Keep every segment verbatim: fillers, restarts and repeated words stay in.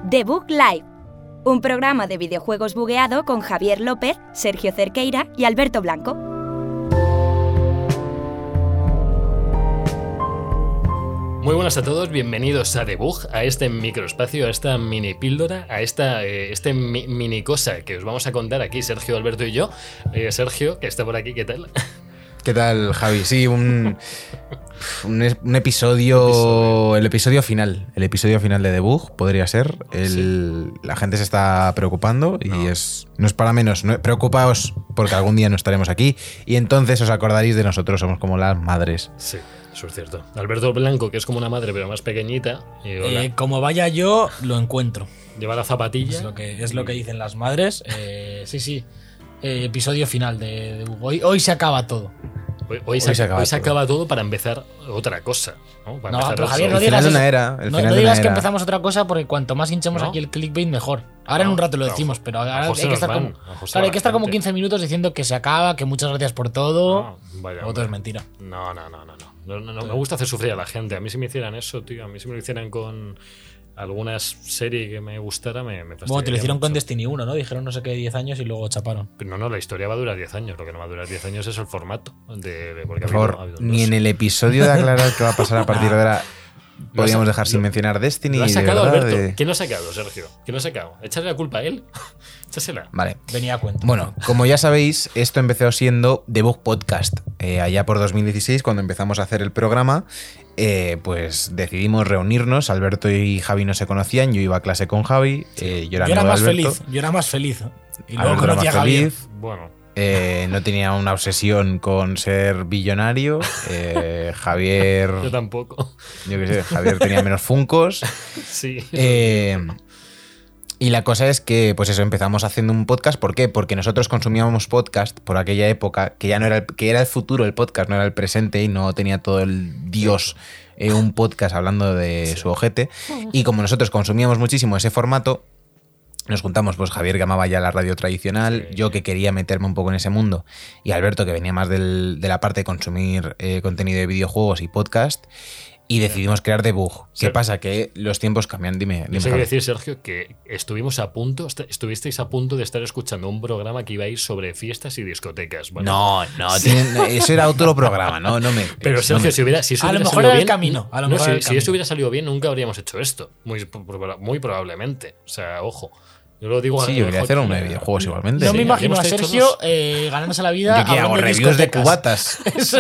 Debug Live, un programa de videojuegos bugueado con Javier López, Sergio Cerqueira y Alberto Blanco. Muy buenas a todos, bienvenidos a Debug, a este microespacio, a esta mini píldora, a esta eh, este mi, mini cosa que os vamos a contar aquí Sergio, Alberto y yo. Eh, Sergio, que está por aquí, ¿qué tal? ¿Qué tal, Javi? Sí, un, un, un episodio, episodio, el episodio final, el episodio final de Debug podría ser. El, sí. La gente se está preocupando y no. es no es para menos. No, preocupaos porque algún día no estaremos aquí y entonces os acordaréis de nosotros, somos como las madres. Sí. Eso es cierto. Alberto Blanco, que es como una madre pero más pequeñita. Y eh, como vaya yo, lo encuentro. Lleva la zapatilla. Es lo que, es lo que dicen las madres. Eh, sí, sí. Eh, episodio final de, de hoy. Hoy se acaba todo. Hoy, hoy, hoy, se, se, acaba, hoy se acaba todo para empezar otra cosa. No, para no empezar pero Javier, no el digas, final de una era, el no, final no de digas una que era. empezamos otra cosa porque cuanto más hinchemos ¿No? aquí el clickbait, mejor. Ahora no, en un rato lo decimos, no, pero ahora hay que, estar van, como, claro, hay que estar como quince minutos diciendo que se acaba, que muchas gracias por todo. No, vaya, Otro es mentira. No, no, no, no. no. No, no, no me gusta hacer sufrir a la gente. A mí si me hicieran eso, tío, a mí si me lo hicieran con alguna serie que me gustara, me, me Bueno, te lo hicieron mucho. Con Destiny uno, ¿no? Dijeron no sé qué diez años y luego chaparon. Pero no, no, la historia va a durar diez años. Lo que no va a durar diez años es el formato. De, de, porque Por ha favor, habido, ha habido ni en el episodio de aclarar qué va a pasar a partir de ahora podríamos dejar sin mencionar Destiny. ¿Lo ha sacado, de verdad, Alberto? de... ¿Quién lo ha sacado, Sergio? ¿Quién lo ha sacado? Échale la culpa a él. Échasela. Vale. Venía a cuento. Bueno, como ya sabéis, esto empezó siendo Debug Podcast. Eh, allá por dos mil dieciséis, cuando empezamos a hacer el programa, eh, pues decidimos reunirnos. Alberto y Javi no se conocían, yo iba a clase con Javi. Eh, yo era, yo era más Alberto. feliz. Yo era más feliz. Y luego Alberto conocí era a más Javier. feliz. Bueno. Eh, no tenía una obsesión con ser billonario. Eh, Javier. Yo tampoco. Yo qué sé, Javier tenía menos funcos. Sí. Eh, y la cosa es que, pues eso, empezamos haciendo un podcast. ¿Por qué? Porque nosotros consumíamos podcast por aquella época, que ya no era el, que era el futuro el podcast, no era el presente y no tenía todo el dios eh, un podcast hablando de sí. su ojete. Y como nosotros consumíamos muchísimo ese formato, nos juntamos, pues Javier que amaba ya la radio tradicional, sí. yo que quería meterme un poco en ese mundo y Alberto que venía más del, de la parte de consumir eh, contenido de videojuegos y podcast y decidimos crear Debug. Sí. ¿Qué pasa? Que los tiempos cambian. Dime. dime Yo sé que decir, Sergio, que estuvimos a punto, estuvisteis a punto de estar escuchando un programa que iba a ir sobre fiestas y discotecas. Bueno, no, no, sí. tienen, eso era otro programa, no, no me. Pero Sergio, no me... si hubiera, si eso a hubiera lo mejor salido era bien, el camino. A lo no, mejor si, era el si camino. eso hubiera salido bien, nunca habríamos hecho esto. Muy, muy probablemente. O sea, ojo. Yo lo digo sí, yo quería hacer un videojuegos igualmente. No sí, me imagino a Sergio eh, ganándose la vida. Yo que hago reviews de cubatas.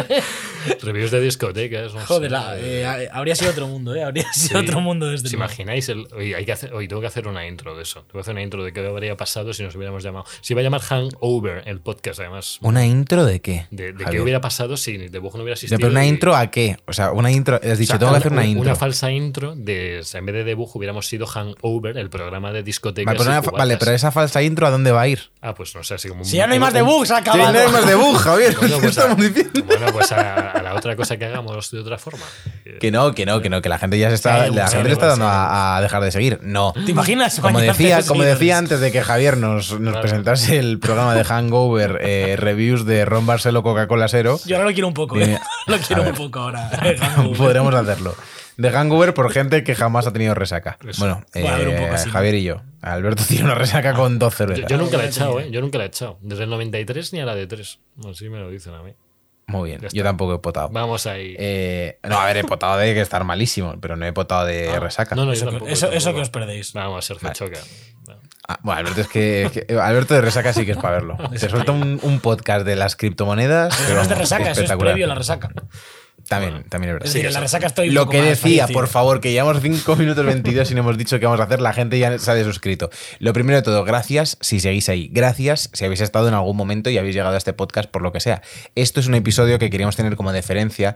Reviews de discotecas. No Joder, sé. la, eh, habría sido otro mundo, ¿eh? Habría sido sí. otro mundo desde ¿Os imagináis? El, hoy, hay que hacer, hoy tengo que hacer una intro de eso. Tengo que hacer una intro de qué habría pasado si nos hubiéramos llamado. Se iba a llamar Hangover el podcast, además. ¿Una intro de qué? De, de qué hubiera pasado si Debug no hubiera existido. ¿Pero una y... intro a qué? O sea, una intro. Has dicho, o sea, tengo una, que hacer una intro. Una falsa intro de. O sea, en vez de Debug hubiéramos sido Hangover, el programa de discotecas. Vale, pero, una, vale, pero esa falsa intro, ¿a dónde va a ir? Ah, pues no sé, así como. Si ya no hay más Debug, se ha acabado. Si no hay más Debug, Javier. Bueno, ¿Qué pues estamos a, diciendo? Bueno, pues a, a la otra cosa que hagamos de otra forma. Que no, que no, que no, que la gente ya se está, sí, la sí, gente le está sí, dando sí. a, a dejar de seguir. No. ¿Te imaginas? Como decía, como decía seguidores. antes de que Javier nos, nos Claro. presentase el programa de Hangover, eh, reviews de Ron Barcelo Coca-Cola Cero. Yo ahora lo quiero un poco, ¿eh? Dime, Lo quiero a un ver. poco ahora. Podremos hacerlo. De Hangover por gente que jamás ha tenido resaca. Eso. Bueno, eh, Bueno, a ver, un poco así. Javier y yo. Alberto tiene una resaca con dos Yo, cervezas. yo nunca la he echado, ¿eh? Yo nunca la he echado. Desde el noventa y tres ni a la de tres. Así me lo dicen a mí. Muy bien, Ya está. yo tampoco he potado. Vamos ahí. Eh, no, a ver, he potado de que estar malísimo, pero no he potado de Ah, resaca. No, no, yo Eso, tampoco, eso, yo eso tampoco. que os perdéis. Vamos, Sergio Vale. Choca. Ah, bueno, Alberto es que, es que- Alberto de resaca sí que es para verlo. Te suelta un, un podcast de las criptomonedas. Pero pero no es de vamos, resaca, eso es espectacular. previo a la resaca. También, Bueno. también es verdad. Es Sí, decir, en la eso. resaca estoy un Lo poco que más decía, fallecido. por favor, que llevamos cinco minutos veintidós y no hemos dicho qué vamos a hacer, la gente ya se ha suscrito. Lo primero de todo, gracias si seguís ahí. Gracias si habéis estado en algún momento y habéis llegado a este podcast por lo que sea. Esto es un episodio que queríamos tener como deferencia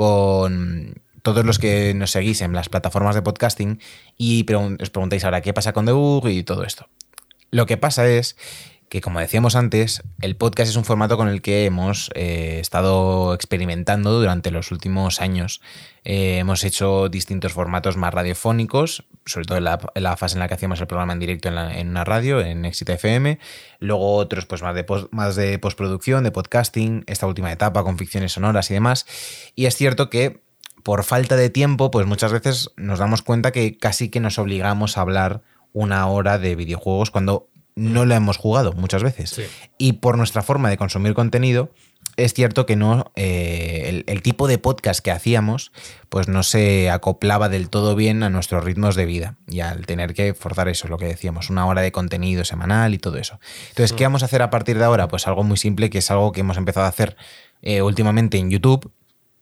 con todos los que nos seguís en las plataformas de podcasting y pregun- os preguntáis ahora qué pasa con Debug y todo esto. Lo que pasa es que, como decíamos antes, el podcast es un formato con el que hemos eh, estado experimentando durante los últimos años. Eh, hemos hecho distintos formatos más radiofónicos, sobre todo en la, en la fase en la que hacíamos el programa en directo en, la, en una radio, en Éxito F M. Luego otros pues más de, post, más de postproducción, de podcasting, esta última etapa con ficciones sonoras y demás. Y es cierto que por falta de tiempo, pues muchas veces nos damos cuenta que casi que nos obligamos a hablar una hora de videojuegos cuando no lo hemos jugado muchas veces. Sí. Y por nuestra forma de consumir contenido, es cierto que no eh, el, el tipo de podcast que hacíamos pues no se acoplaba del todo bien a nuestros ritmos de vida. Y al tener que forzar eso, lo que decíamos, una hora de contenido semanal y todo eso. Entonces, ¿qué vamos a hacer a partir de ahora? Pues algo muy simple, que es algo que hemos empezado a hacer eh, últimamente en YouTube,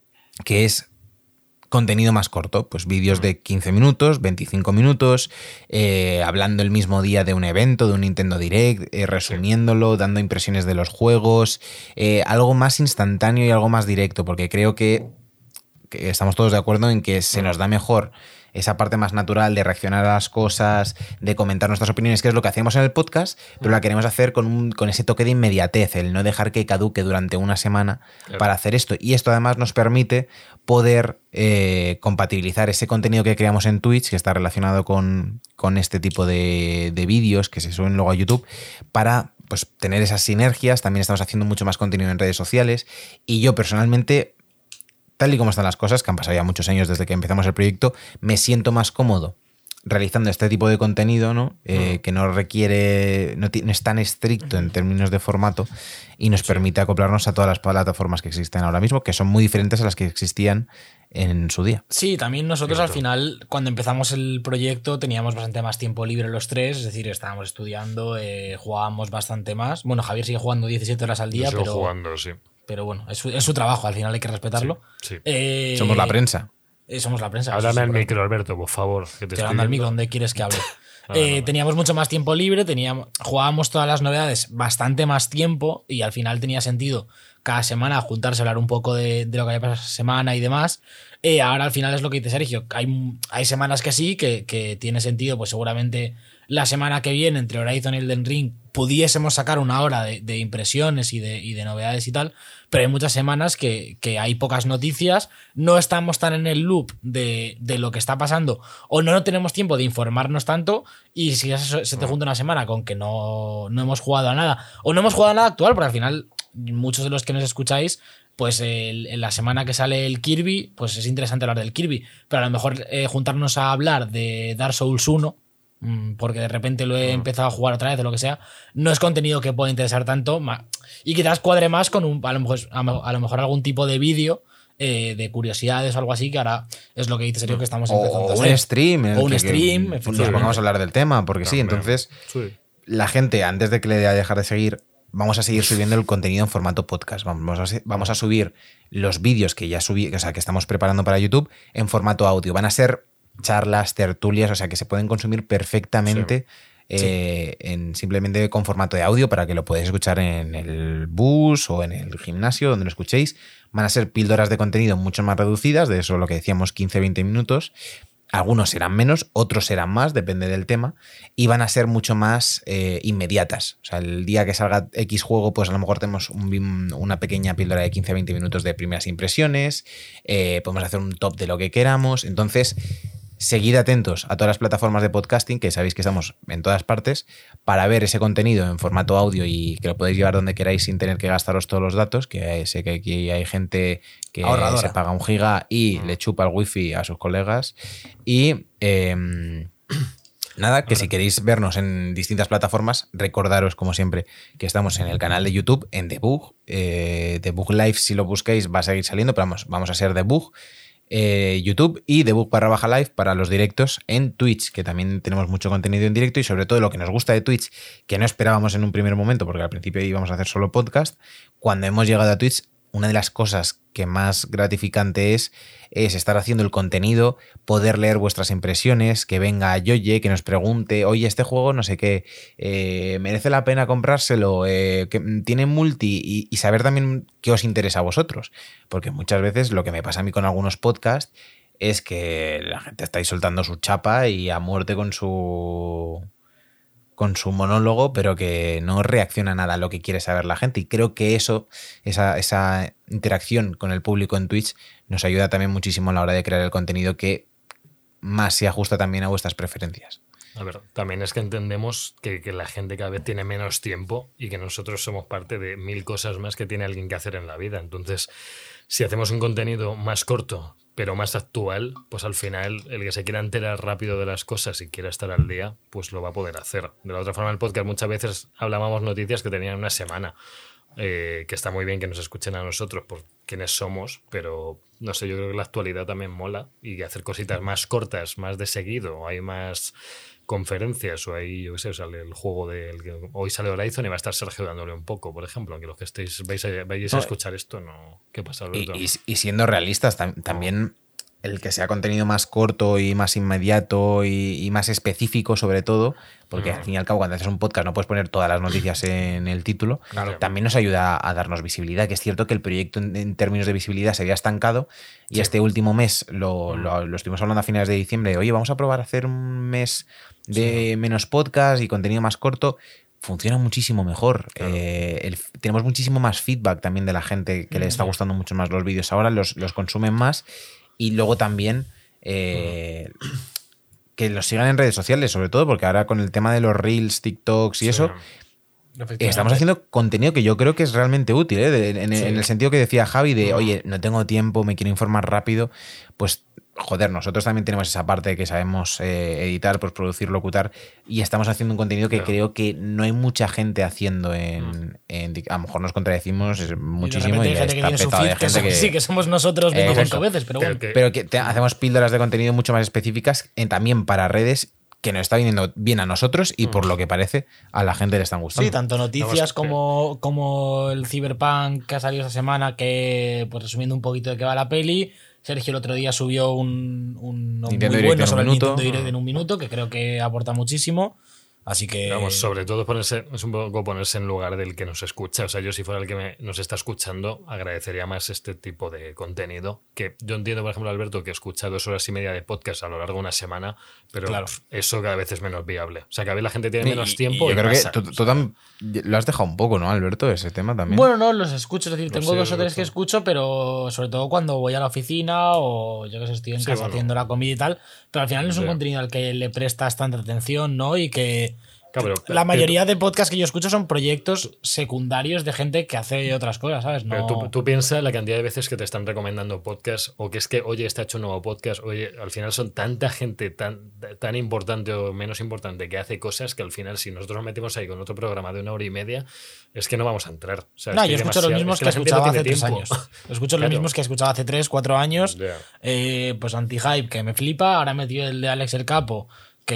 que es contenido más corto, pues vídeos de quince minutos, veinticinco minutos, eh, hablando el mismo día de un evento, de un Nintendo Direct, eh, resumiéndolo, dando impresiones de los juegos, eh, algo más instantáneo y algo más directo, porque creo que, que estamos todos de acuerdo en que se nos da mejor esa parte más natural de reaccionar a las cosas, de comentar nuestras opiniones, que es lo que hacemos en el podcast, pero la queremos hacer con, un, con ese toque de inmediatez, el no dejar que caduque durante una semana claro. para hacer esto. Y esto además nos permite poder eh, compatibilizar ese contenido que creamos en Twitch, que está relacionado con, con este tipo de, de vídeos que se suben luego a YouTube, para pues, tener esas sinergias. También estamos haciendo mucho más contenido en redes sociales y yo personalmente, tal y como están las cosas, que han pasado ya muchos años desde que empezamos el proyecto, me siento más cómodo realizando este tipo de contenido, ¿no? Eh, uh-huh. que no requiere, no, no es tan estricto en términos de formato y nos sí. permite acoplarnos a todas las plataformas que existen ahora mismo, que son muy diferentes a las que existían en su día. Sí, también nosotros al final, cuando empezamos el proyecto, teníamos bastante más tiempo libre los tres, es decir, estábamos estudiando, eh, jugábamos bastante más. Bueno, Javier sigue jugando diecisiete horas al día, Yo sigo pero... jugando, sí. Pero bueno, es su, es su trabajo, al final hay que respetarlo. Sí, sí. Eh, somos la prensa. Eh, somos la prensa. Háblame al micro, Alberto, por favor. Que te estoy hablando al micro, ¿dónde quieres que hable? ah, eh, no, no. Teníamos mucho más tiempo libre, teníamos, jugábamos todas las novedades bastante más tiempo y al final tenía sentido cada semana juntarse a hablar un poco de, de lo que había pasado esa semana y demás. Eh, ahora al final es lo que dice Sergio. Hay, hay semanas que sí, que, que tiene sentido, pues seguramente la semana que viene entre Horizon y Elden Ring pudiésemos sacar una hora de, de impresiones y de, y de novedades y tal, pero hay muchas semanas que, que hay pocas noticias, no estamos tan en el loop de, de lo que está pasando o no, no tenemos tiempo de informarnos tanto y si eso se te junta una semana con que no, no hemos jugado a nada o no hemos jugado a nada actual, porque al final muchos de los que nos escucháis pues el, en la semana que sale el Kirby, pues es interesante hablar del Kirby, pero a lo mejor eh, juntarnos a hablar de Dark Souls uno, porque de repente lo he empezado a jugar otra vez o lo que sea, no es contenido que pueda interesar tanto y quizás cuadre más con un, a lo mejor, a lo mejor algún tipo de vídeo eh, de curiosidades o algo así, que ahora es lo que dice Sergio que estamos empezando o a hacer. Un stream o un que, stream que nos pongamos a hablar del tema, porque sí, entonces sí. la gente, antes de que le dé a dejar de seguir, vamos a seguir subiendo el contenido en formato podcast. Vamos a, vamos a subir los vídeos que ya subí, o sea, que estamos preparando para YouTube en formato audio. Van a ser charlas, tertulias, o sea, que se pueden consumir perfectamente sí. Eh, sí. En, simplemente con formato de audio para que lo podáis escuchar en el bus o en el gimnasio, donde lo escuchéis. Van a ser píldoras de contenido mucho más reducidas, de eso lo que decíamos, quince a veinte minutos. Algunos serán menos, otros serán más, depende del tema, y van a ser mucho más eh, inmediatas. O sea, el día que salga X juego, pues a lo mejor tenemos un, una pequeña píldora de quince a veinte minutos de primeras impresiones, eh, podemos hacer un top de lo que queramos. Entonces, seguid atentos a todas las plataformas de podcasting, que sabéis que estamos en todas partes, para ver ese contenido en formato audio y que lo podéis llevar donde queráis sin tener que gastaros todos los datos, que sé que aquí hay gente que ahorradora. Se paga un giga y mm. le chupa el wifi a sus colegas. Y eh, nada, que Ahora. si queréis vernos en distintas plataformas, recordaros, como siempre, que estamos en el canal de YouTube, en Debug. Eh, Debug Live, si lo busquéis, va a seguir saliendo, pero vamos, vamos a ser Debug. Eh, YouTube y Debug barra baja live para los directos en Twitch, que también tenemos mucho contenido en directo y sobre todo lo que nos gusta de Twitch, que no esperábamos en un primer momento porque al principio íbamos a hacer solo podcast. Cuando hemos llegado a Twitch, una de las cosas que más gratificante es es estar haciendo el contenido, poder leer vuestras impresiones, que venga Yoye, que nos pregunte, oye, este juego no sé qué, eh, merece la pena comprárselo, eh, que tiene multi, y, y saber también qué os interesa a vosotros, porque muchas veces lo que me pasa a mí con algunos podcasts es que la gente está ahí soltando su chapa y a muerte con su con su monólogo, pero que no reacciona nada a lo que quiere saber la gente. Y creo que eso, esa, esa interacción con el público en Twitch nos ayuda también muchísimo a la hora de crear el contenido que más se ajusta también a vuestras preferencias. A ver, también es que entendemos que, que la gente cada vez tiene menos tiempo y que nosotros somos parte de mil cosas más que tiene alguien que hacer en la vida. Entonces, si hacemos un contenido más corto, pero más actual, pues al final el que se quiera enterar rápido de las cosas y quiera estar al día, pues lo va a poder hacer. De la otra forma, el podcast muchas veces hablábamos noticias que tenían una semana, eh, que está muy bien que nos escuchen a nosotros por quiénes somos, pero no sé, yo creo que la actualidad también mola y que hacer cositas más cortas, más de seguido, hay más conferencias o ahí, yo qué sé, sale el juego del que hoy sale Horizon y va a estar Sergio dándole un poco, por ejemplo, aunque los que estéis vais a, vais a escuchar esto, no. ¿Qué pasa, Alberto? Y, y, y siendo realistas, tam- también el que sea contenido más corto y más inmediato y, y más específico, sobre todo, porque al fin y al cabo, cuando haces un podcast no puedes poner todas las noticias en el título, Claro. también nos ayuda a darnos visibilidad, que es cierto que el proyecto en, en términos de visibilidad se había estancado y Sí. este último mes lo, lo, lo estuvimos hablando a finales de diciembre, de, oye, vamos a probar a hacer un mes de menos podcast y contenido más corto. Funciona muchísimo mejor. Claro. Eh, el- tenemos muchísimo más feedback también de la gente que le está gustando mucho más los vídeos ahora, los, los consumen más y luego también eh, que los sigan en redes sociales, sobre todo porque ahora con el tema de los reels, TikToks y Sí. eso, estamos haciendo contenido que yo creo que es realmente útil, ¿eh? De- en, Sí. en el sentido que decía Javi de, oye, no tengo tiempo, me quiero informar rápido, pues joder, nosotros también tenemos esa parte que sabemos eh, editar, pues producir, locutar y estamos haciendo un contenido que Claro. creo que no hay mucha gente haciendo en, en Tik- a lo mejor nos contradecimos es muchísimo y, y de repente hay gente que está tiene su petado de feed, que, gente son- que, sí, que somos nosotros Eh, veinticinco exacto. veces, pero Pero bueno. que- pero que te- hacemos píldoras de contenido mucho más específicas en- también para redes que nos está viniendo bien a nosotros y por lo que parece a la gente le están gustando. Sí, tanto noticias Vamos, como, como el Cyberpunk que ha salido esta semana, que pues resumiendo un poquito de qué va la peli. Sergio el otro día subió un, un muy Nintendo Direct bueno en un sobre el minuto. Nintendo Direct en un minuto, que creo que aporta muchísimo. Así que. Vamos, sobre todo ponerse, es un poco ponerse en lugar del que nos escucha. O sea, yo si fuera el que me- nos está escuchando, agradecería más este tipo de contenido. Que yo entiendo, por ejemplo, Alberto, que escucha dos horas y media de podcast a lo largo de una semana, pero Claro. pf, eso cada vez es menos viable. O sea, cada vez la gente tiene Y- menos y- tiempo. y y yo creo pasa. que tú, tú tam- lo has dejado un poco, ¿no, Alberto? Ese tema también. Bueno, no, los escucho, es decir, No tengo sé, dos o tres Alberto. que escucho, pero sobre todo cuando voy a la oficina o yo que sé, estoy en Sí, casa bueno. haciendo la comida y tal, pero al final no es un Ya. contenido al que le prestas tanta atención, ¿no? Y que Claro, pero- la mayoría de podcasts que yo escucho son proyectos secundarios de gente que hace otras cosas, ¿sabes? No... Pero tú, tú piensas la cantidad de veces que te están recomendando podcasts o que es que, oye, está hecho un nuevo podcast, oye, al final son tanta gente tan, tan importante o menos importante que hace cosas que al final si nosotros nos metimos ahí con otro programa de una hora y media, es que no vamos a entrar. O sea, No, es que yo hay escucho los demasiado- mismos es que, la gente no escuchaba hace tiene tres tiempo. años. Escucho Claro. los mismos que escuchaba hace tres, cuatro años. Ya. Eh, pues Anti-Hype, que me flipa. Ahora he metido el de Alex el Capo,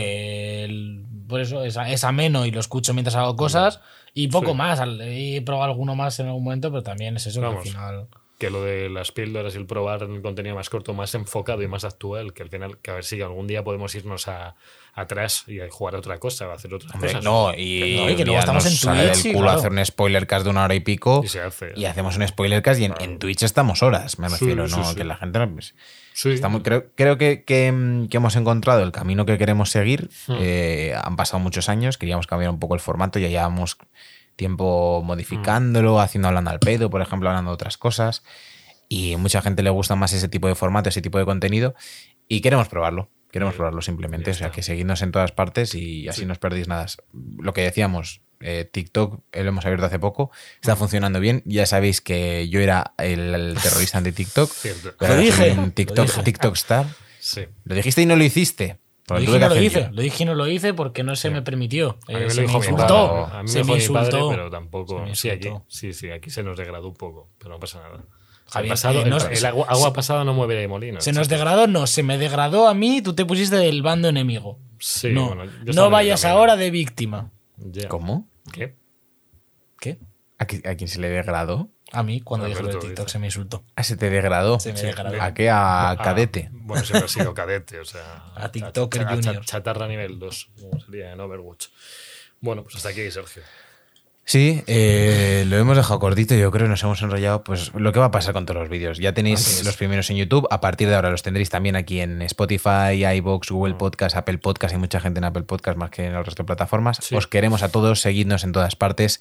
que el- por eso es, es ameno y lo escucho mientras hago cosas. Y poco Sí. más. Al- He probado alguno más en algún momento, pero también es eso que al Vamos. final. Que lo de las píldoras y el probar un contenido más corto, más enfocado y más actual, que al final, que a ver si algún día podemos irnos a, atrás y a jugar a otra cosa, o a hacer otras Hombre, cosas. no, y, no, y que un luego día estamos nos en sale Twitch, del y culo claro. hacer un spoilercast de una hora y pico Y se hace. y hacemos un spoilercast y en, en Twitch estamos horas, me Sí, refiero, sí, ¿no? sí. Que la gente no- pues, Sí. está muy- creo, creo que, que, que hemos encontrado el camino que queremos seguir. Hmm. Eh, han pasado muchos años, queríamos cambiar un poco el formato, ya llevamos tiempo modificándolo, haciendo hablando al pedo, por ejemplo, hablando de otras cosas. Y mucha gente le gusta más ese tipo de formato, ese tipo de contenido. Y queremos probarlo. Queremos Bien. probarlo simplemente. Ya O sea, está. que seguidnos en todas partes y así Sí. no os perdéis nada. Lo que decíamos, eh, TikTok eh, lo hemos abierto hace poco. Está funcionando bien. Ya sabéis que yo era el, el terrorista de TikTok. Cierto. pero Lo ahora soy dije, un lo TikTok, dije. TikTok star. Sí. Lo dijiste y no lo hiciste. Lo Pues dije tuve y que no lo hacer hice. yo. Lo dije y no lo hice porque no se me permitió. A mí Eh, me se lo me dijo mi insultó. padre. A mí Se me me dijo mi padre, insultó. pero tampoco. Se me Sí, aquí, insultó. sí, sí, aquí se nos degradó un poco, pero no pasa nada. Javier, el pasado, eh, el- no- el, agua, agua pasada no mueve molinos. Se nos degradó, no, se me degradó a mí, tú te pusiste del bando enemigo. Sí, no, bueno, yo no estaba en vayas el camino. ahora de víctima. Ya. ¿Cómo? ¿Qué? ¿Qué? ¿A, qui- a quién se le degradó? A mí, cuando dije lo de Alberto, TikTok, dice. se me insultó. ¿A se te degradó? Se me Sí, degradó. ¿A qué? ¿A Ah, cadete? Bueno, siempre ha sido cadete, o sea. A TikToker cha- cha- Junior. Chatarra nivel dos, como sería en Overwatch. Bueno, pues hasta aquí, Sergio. Sí, eh, lo hemos dejado cortito, yo creo, nos hemos enrollado. Pues lo que va a pasar con todos los vídeos. Ya tenéis Así es. los primeros en YouTube, a partir de ahora los tendréis también aquí en Spotify, iVoox, Mm. Google Podcast, Apple Podcast. Hay mucha gente en Apple Podcast más que en el resto de plataformas. Sí. Os queremos a todos, seguidnos en todas partes.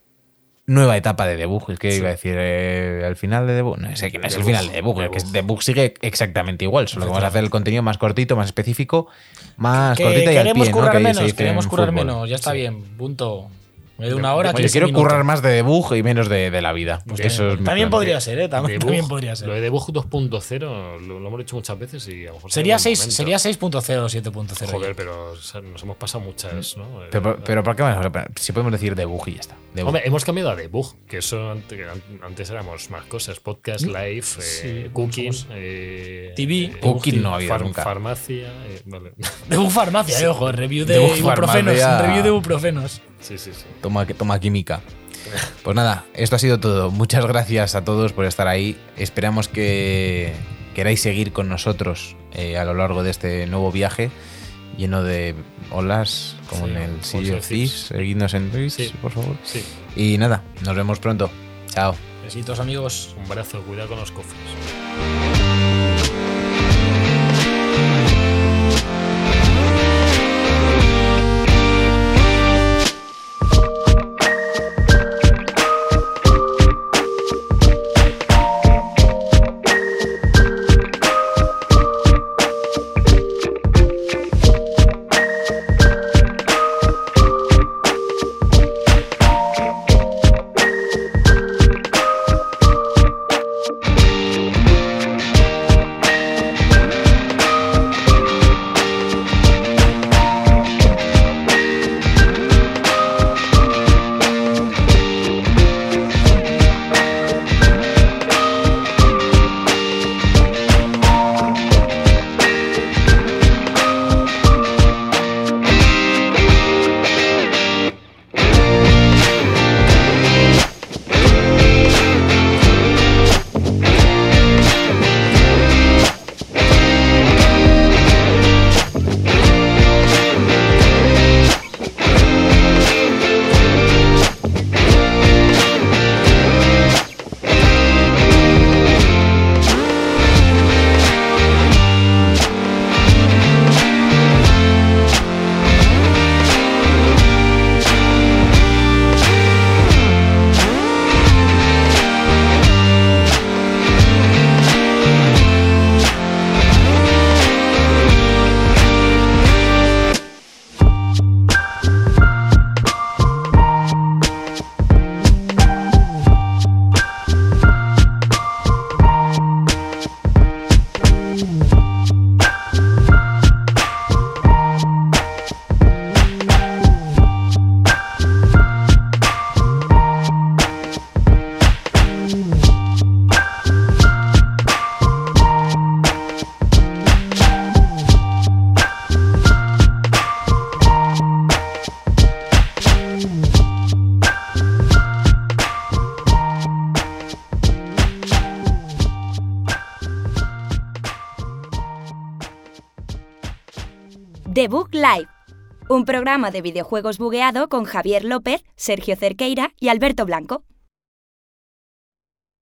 Nueva etapa de debug, es que Sí. iba a decir eh, al final de debug. No sé que no es el Debug, final de debug, debug. que es- debug sigue exactamente igual, solo que vamos a hacer el contenido más cortito, más específico, más Que cortita y al queremos pie, ¿no? curar Que se menos, dice queremos en curar fútbol. menos, ya está bien, punto. En vez de una hora, Oye, quince quiero minutos. currar más de debug y menos de, de la vida. Pues Eso es mi También plan. podría ser, ¿eh? También, Debug, también podría ser. Lo de Debug dos punto cero lo, lo hemos dicho muchas veces y a lo mejor Sería sería seis- buen momento. sería seis punto cero o siete punto cero. Joder, pero o sea, nos hemos pasado muchas, ¿no? Pero, pero ¿por qué vamos a- si podemos decir debug y ya está? Debug. Hombre, hemos cambiado a Debug, que eso antes, antes éramos más cosas, podcast, live, eh, cooking, eh, T V. eh, Cooking no había far- nunca. farmacia, eh, vale. Debug farmacia, eh, ojo, review de Debug ibuprofenos. farmacia. Review de ibuprofenos. Sí, sí, sí. Toma, toma química. Pues nada, esto ha sido todo. Muchas gracias a todos por estar ahí. Esperamos que queráis seguir con nosotros eh, a lo largo de este nuevo viaje lleno de olas, como Sí, en el como Sea of Sea Thieves. Thieves. Seguidnos en Twitch, Sí. por favor. Sí, Y nada, nos vemos pronto. Chao. Besitos, amigos. un brazo, cuidado con los cofres. Debug Live, un programa de videojuegos bugueado con Javier López, Sergio Cerqueira y Alberto Blanco.